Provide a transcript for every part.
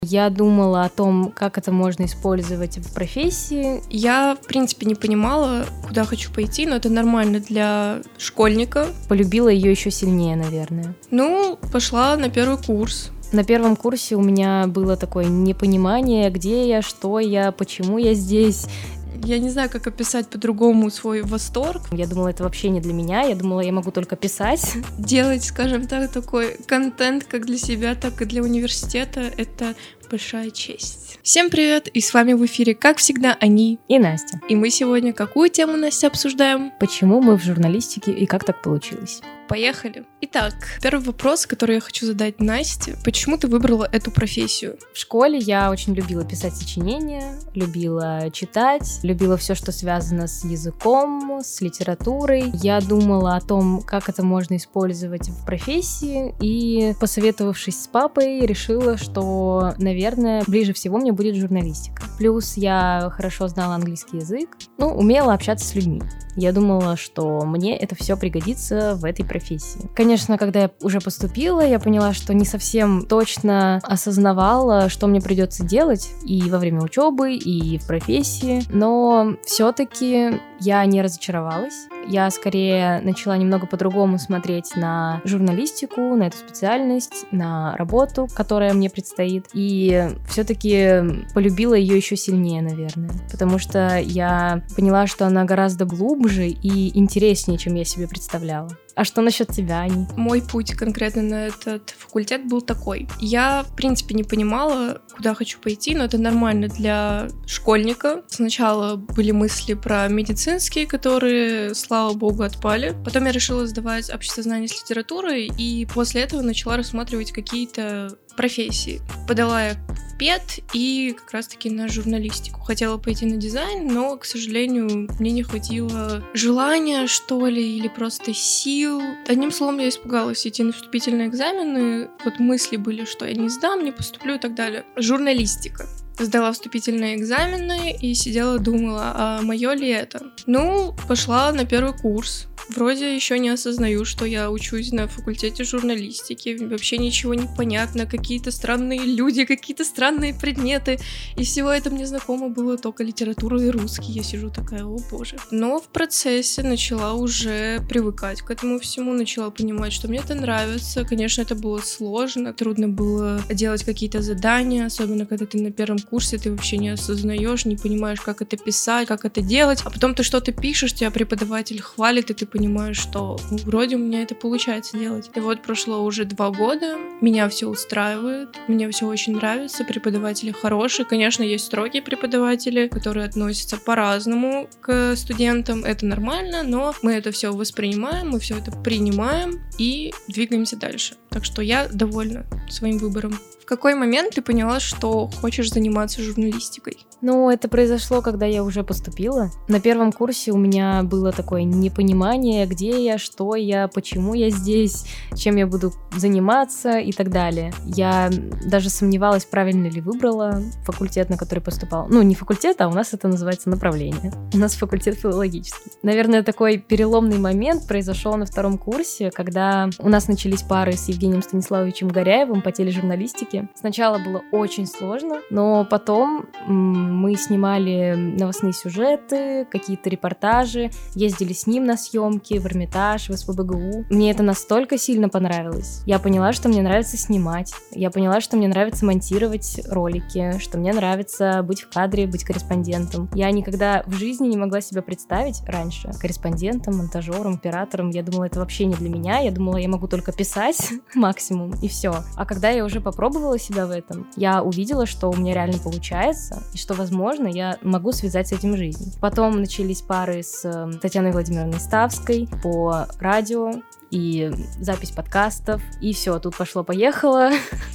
Я думала о том, как это можно использовать в профессии. Я, в принципе, не понимала, куда хочу пойти, но это нормально для школьника. Полюбила ее еще сильнее, наверное. Пошла на первый курс. На первом курсе у меня было такое непонимание, где я, что я, почему я здесь. Я не знаю, как описать по-другому свой восторг. Я думала, это вообще не для меня. Я думала, я могу только писать. Делать, скажем так, такой контент как для себя, так и для университета — это большая честь. Всем привет, и с вами в эфире, как всегда, Ани и Настя. И мы сегодня какую тему, Настя, обсуждаем? Почему мы в журналистике и как так получилось? Поехали. Итак, первый вопрос, который я хочу задать Насте. Почему ты выбрала эту профессию? В школе я очень любила писать сочинения, любила читать, любила все, что связано с языком, с литературой. Я думала о том, как это можно использовать в профессии, и, посоветовавшись с папой, решила, что, наверное, ближе всего мне будет журналистика. Плюс я хорошо знала английский язык, умела общаться с людьми. Я думала, что мне это все пригодится в этой профессии. Конечно, когда я уже поступила, я поняла, что не совсем точно осознавала, что мне придется делать и во время учебы, и в профессии, но все-таки я не разочаровалась. Я скорее начала немного по-другому смотреть на журналистику, на эту специальность, на работу, которая мне предстоит, и все-таки полюбила ее еще сильнее, наверное, потому что я поняла, что она гораздо глубже и интереснее, чем я себе представляла. А что насчет тебя, Ани? Мой путь конкретно на этот факультет был такой. Я, в принципе, не понимала, куда хочу пойти, но это нормально для школьника. Сначала были мысли про медицинские, которые, слава богу, отпали. Потом я решила сдавать обществознание с литературой, и после этого начала рассматривать какие-то профессии. Подала я в ПЕД и как раз-таки на журналистику. Хотела пойти на дизайн, но, к сожалению, мне не хватило желания, что ли, или просто сил. Одним словом, я испугалась идти на вступительные экзамены. Вот мысли были, что я не сдам, не поступлю и так далее. Журналистика. Сдала вступительные экзамены и сидела, думала, а моё ли это? Пошла на первый курс. Вроде еще не осознаю, что я учусь на факультете журналистики. Вообще ничего не понятно. Какие-то странные люди, какие-то странные предметы. И всего это мне знакомо было только литература и русский. Я сижу такая, о боже. Но в процессе начала уже привыкать к этому всему. Начала понимать, что мне это нравится. Конечно, это было сложно. Трудно было делать какие-то задания. Особенно, когда ты на первом курсе, ты вообще не осознаешь, не понимаешь, как это писать, как это делать. А потом ты что-то пишешь, тебя преподаватель хвалит, и ты понимаешь, что вроде у меня это получается делать. И вот прошло уже 2 года, меня все устраивает, мне все очень нравится, преподаватели хорошие. Конечно, есть строгие преподаватели, которые относятся по-разному к студентам, это нормально, но мы это все воспринимаем, мы все это принимаем и двигаемся дальше. Так что я довольна своим выбором. В какой момент ты поняла, что хочешь заниматься журналистикой? Это произошло, когда я уже поступила. На первом курсе у меня было такое непонимание, где я, что я, почему я здесь, чем я буду заниматься и так далее. Я даже сомневалась, правильно ли выбрала факультет, на который поступала. Не факультет, а у нас это называется направление. У нас факультет филологический. Наверное, такой переломный момент произошел на 2 курсе, когда у нас начались пары с Евгением Станиславовичем Горяевым по тележурналистике. Сначала было очень сложно, но потом мы снимали новостные сюжеты, какие-то репортажи, ездили с ним на съемки в Эрмитаж, в СПбГУ. Мне это настолько сильно понравилось. Я поняла, что мне нравится снимать. Я поняла, что мне нравится монтировать ролики, что мне нравится быть в кадре, быть корреспондентом. Я никогда в жизни не могла себя представить раньше корреспондентом, монтажером, оператором. Я думала, это вообще не для меня. Я думала, я могу только писать максимум, и все. А когда я уже попробовала себя в этом, я увидела, что у меня реально получается, и что, возможно, я могу связать с этим жизнь. Потом начались пары с Татьяной Владимировной Ставской по радио, и запись подкастов, и все, тут пошло-поехало.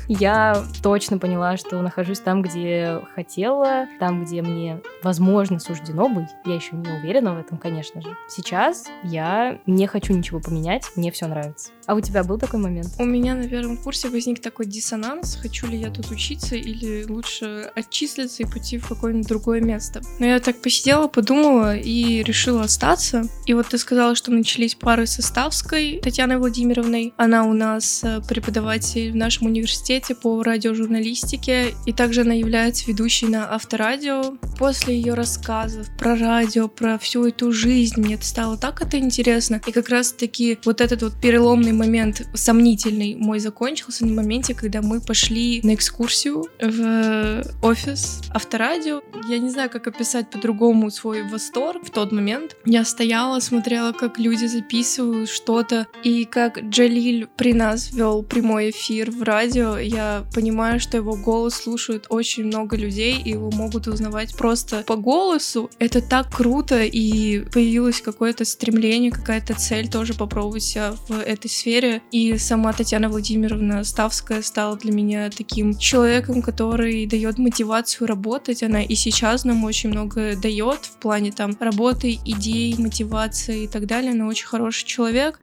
Я точно поняла, что нахожусь там, где хотела, там, где мне, возможно, суждено быть. Я еще не уверена в этом, конечно же. Сейчас я не хочу ничего поменять, мне все нравится. А у тебя был такой момент? У меня на первом курсе возник такой диссонанс, хочу ли я тут учиться или лучше отчислиться и пойти в какое-нибудь другое место. Но я так посидела, подумала и решила остаться. И вот ты сказала, что начались пары со Ставской. Татьяной Владимировной. Она у нас преподаватель в нашем университете по радиожурналистике, и также она является ведущей на Авторадио. После ее рассказов про радио, про всю эту жизнь, мне стало так это интересно. И как раз-таки вот этот вот переломный момент, сомнительный мой, закончился на моменте, когда мы пошли на экскурсию в офис Авторадио. Я не знаю, как описать по-другому свой восторг в тот момент. Я стояла, смотрела, как люди записывают что-то, и как Джалиль при нас вел прямой эфир в радио, я понимаю, что его голос слушают очень много людей, и его могут узнавать просто по голосу. Это так круто, и появилось какое-то стремление, какая-то цель тоже попробовать себя в этой сфере. И сама Татьяна Владимировна Ставская стала для меня таким человеком, который дает мотивацию работать. Она и сейчас нам очень много дает в плане там работы, идей, мотивации и так далее. Она очень хороший человек.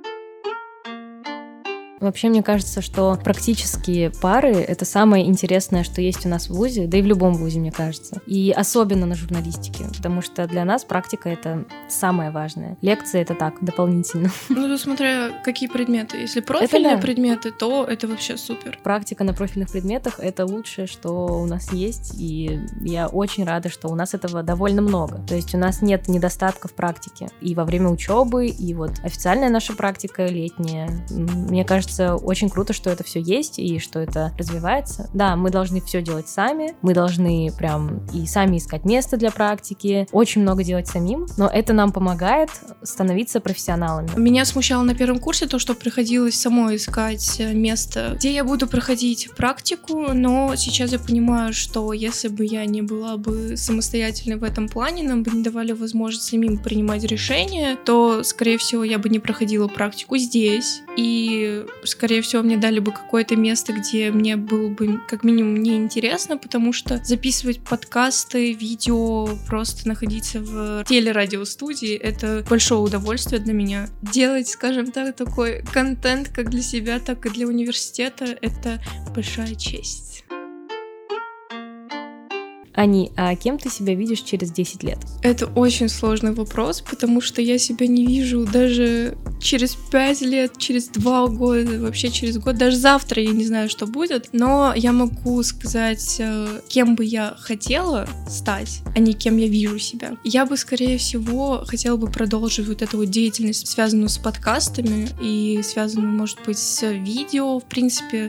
Вообще, мне кажется, что практические пары — это самое интересное, что есть у нас в вузе, да и в любом вузе, мне кажется. И особенно на журналистике, потому что для нас практика — это самое важное. Лекции — это так, дополнительно. Ну, тут смотря какие предметы. Если профильные предметы, то это вообще супер. Практика на профильных предметах — это лучшее, что у нас есть, и я очень рада, что у нас этого довольно много. То есть у нас нет недостатков практики и во время учебы, и вот официальная наша практика летняя. Мне кажется, очень круто, что это все есть и что это развивается. Да, мы должны все делать сами, мы должны прям и сами искать место для практики, очень много делать самим, но это нам помогает становиться профессионалами. Меня смущало на первом курсе то, что приходилось самой искать место, где я буду проходить практику, но сейчас я понимаю, что если бы я не была бы самостоятельной в этом плане, нам бы не давали возможность самим принимать решения, то, скорее всего, я бы не проходила практику здесь, и скорее всего, мне дали бы какое-то место, где мне было бы как минимум неинтересно, потому что записывать подкасты, видео, просто находиться в телерадиостудии — это большое удовольствие для меня. Делать, скажем так, такой контент как для себя, так и для университета — это большая честь. Ани, а кем ты себя видишь через 10 лет? Это очень сложный вопрос, потому что я себя не вижу даже через 5 лет, через 2 года, вообще через год. Даже завтра я не знаю, что будет, но я могу сказать, кем бы я хотела стать, а не кем я вижу себя. Я бы, скорее всего, хотела бы продолжить вот эту вот деятельность, связанную с подкастами и связанную, может быть, с видео, в принципе,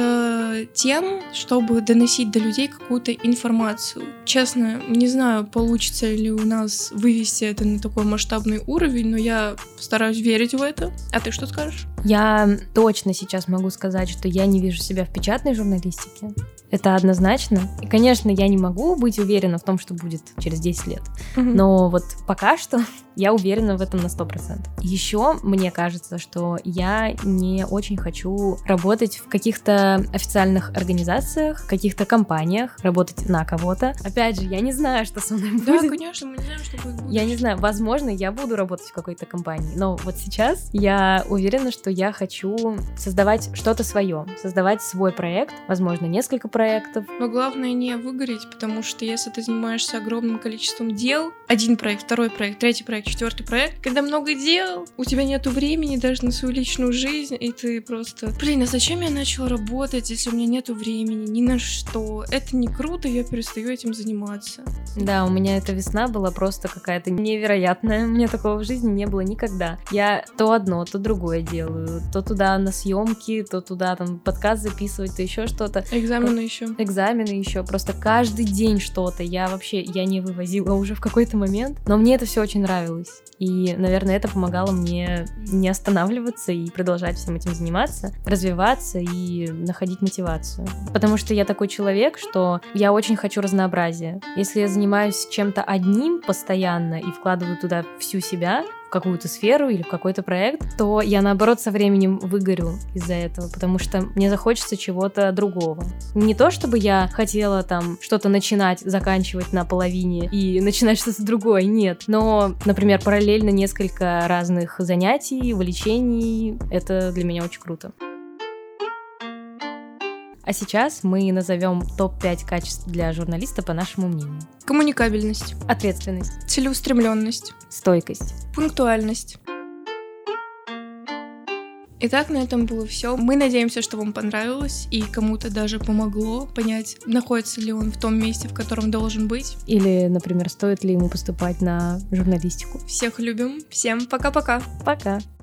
с тем, чтобы доносить до людей какую-то информацию. Честно, не знаю, получится ли у нас вывести это на такой масштабный уровень, но я стараюсь верить в это. А ты что скажешь? Я точно сейчас могу сказать, что я не вижу себя в печатной журналистике. Это однозначно. И, конечно, я не могу быть уверена в том, что будет через 10 лет. Но вот пока что я уверена в этом на 100%. Еще мне кажется, что я не очень хочу работать в каких-то официальных организациях, в каких-то компаниях, работать на кого-то. Опять же, я не знаю, что со мной будет. Да, конечно, мы не знаем, что будет. Я не знаю, возможно, я буду работать в какой-то компании, но вот сейчас я уверена, что я хочу создавать что-то свое, создавать свой проект, возможно, несколько проектов. Но главное не выгореть, потому что если ты занимаешься огромным количеством дел, один проект, второй проект, третий проект, четвертый проект, когда много дел, у тебя нету времени даже на свою личную жизнь, и ты просто, а зачем я начала работать, если у меня нету времени ни на что? Это не круто, я перестаю этим заниматься. Да, у меня эта весна была просто какая-то невероятная, у меня такого в жизни не было никогда. Я то одно, то другое делаю, то туда на съемки, то туда там подкаст записывать, то еще что-то. Экзамены еще, просто каждый день что-то. Я не вывозила уже в какой-то момент, но мне это все очень нравилось. И, наверное, это помогало мне не останавливаться и продолжать всем этим заниматься, развиваться и находить мотивацию. Потому что я такой человек, что я очень хочу разнообразия. Если я занимаюсь чем-то одним постоянно и вкладываю туда всю себя, в какую-то сферу или в какой-то проект, то я, наоборот, со временем выгорю из-за этого, потому что мне захочется чего-то другого. Не то, чтобы я хотела там что-то начинать, заканчивать на половине и начинать что-то другое, нет. Но, например, параллельно несколько разных занятий, увлечений, это для меня очень круто. А сейчас мы назовем топ-5 качеств для журналиста, по нашему мнению. Коммуникабельность. Ответственность. Целеустремленность. Стойкость. Пунктуальность. Итак, на этом было все. Мы надеемся, что вам понравилось и кому-то даже помогло понять, находится ли он в том месте, в котором должен быть. Или, например, стоит ли ему поступать на журналистику. Всех любим. Всем пока-пока. Пока.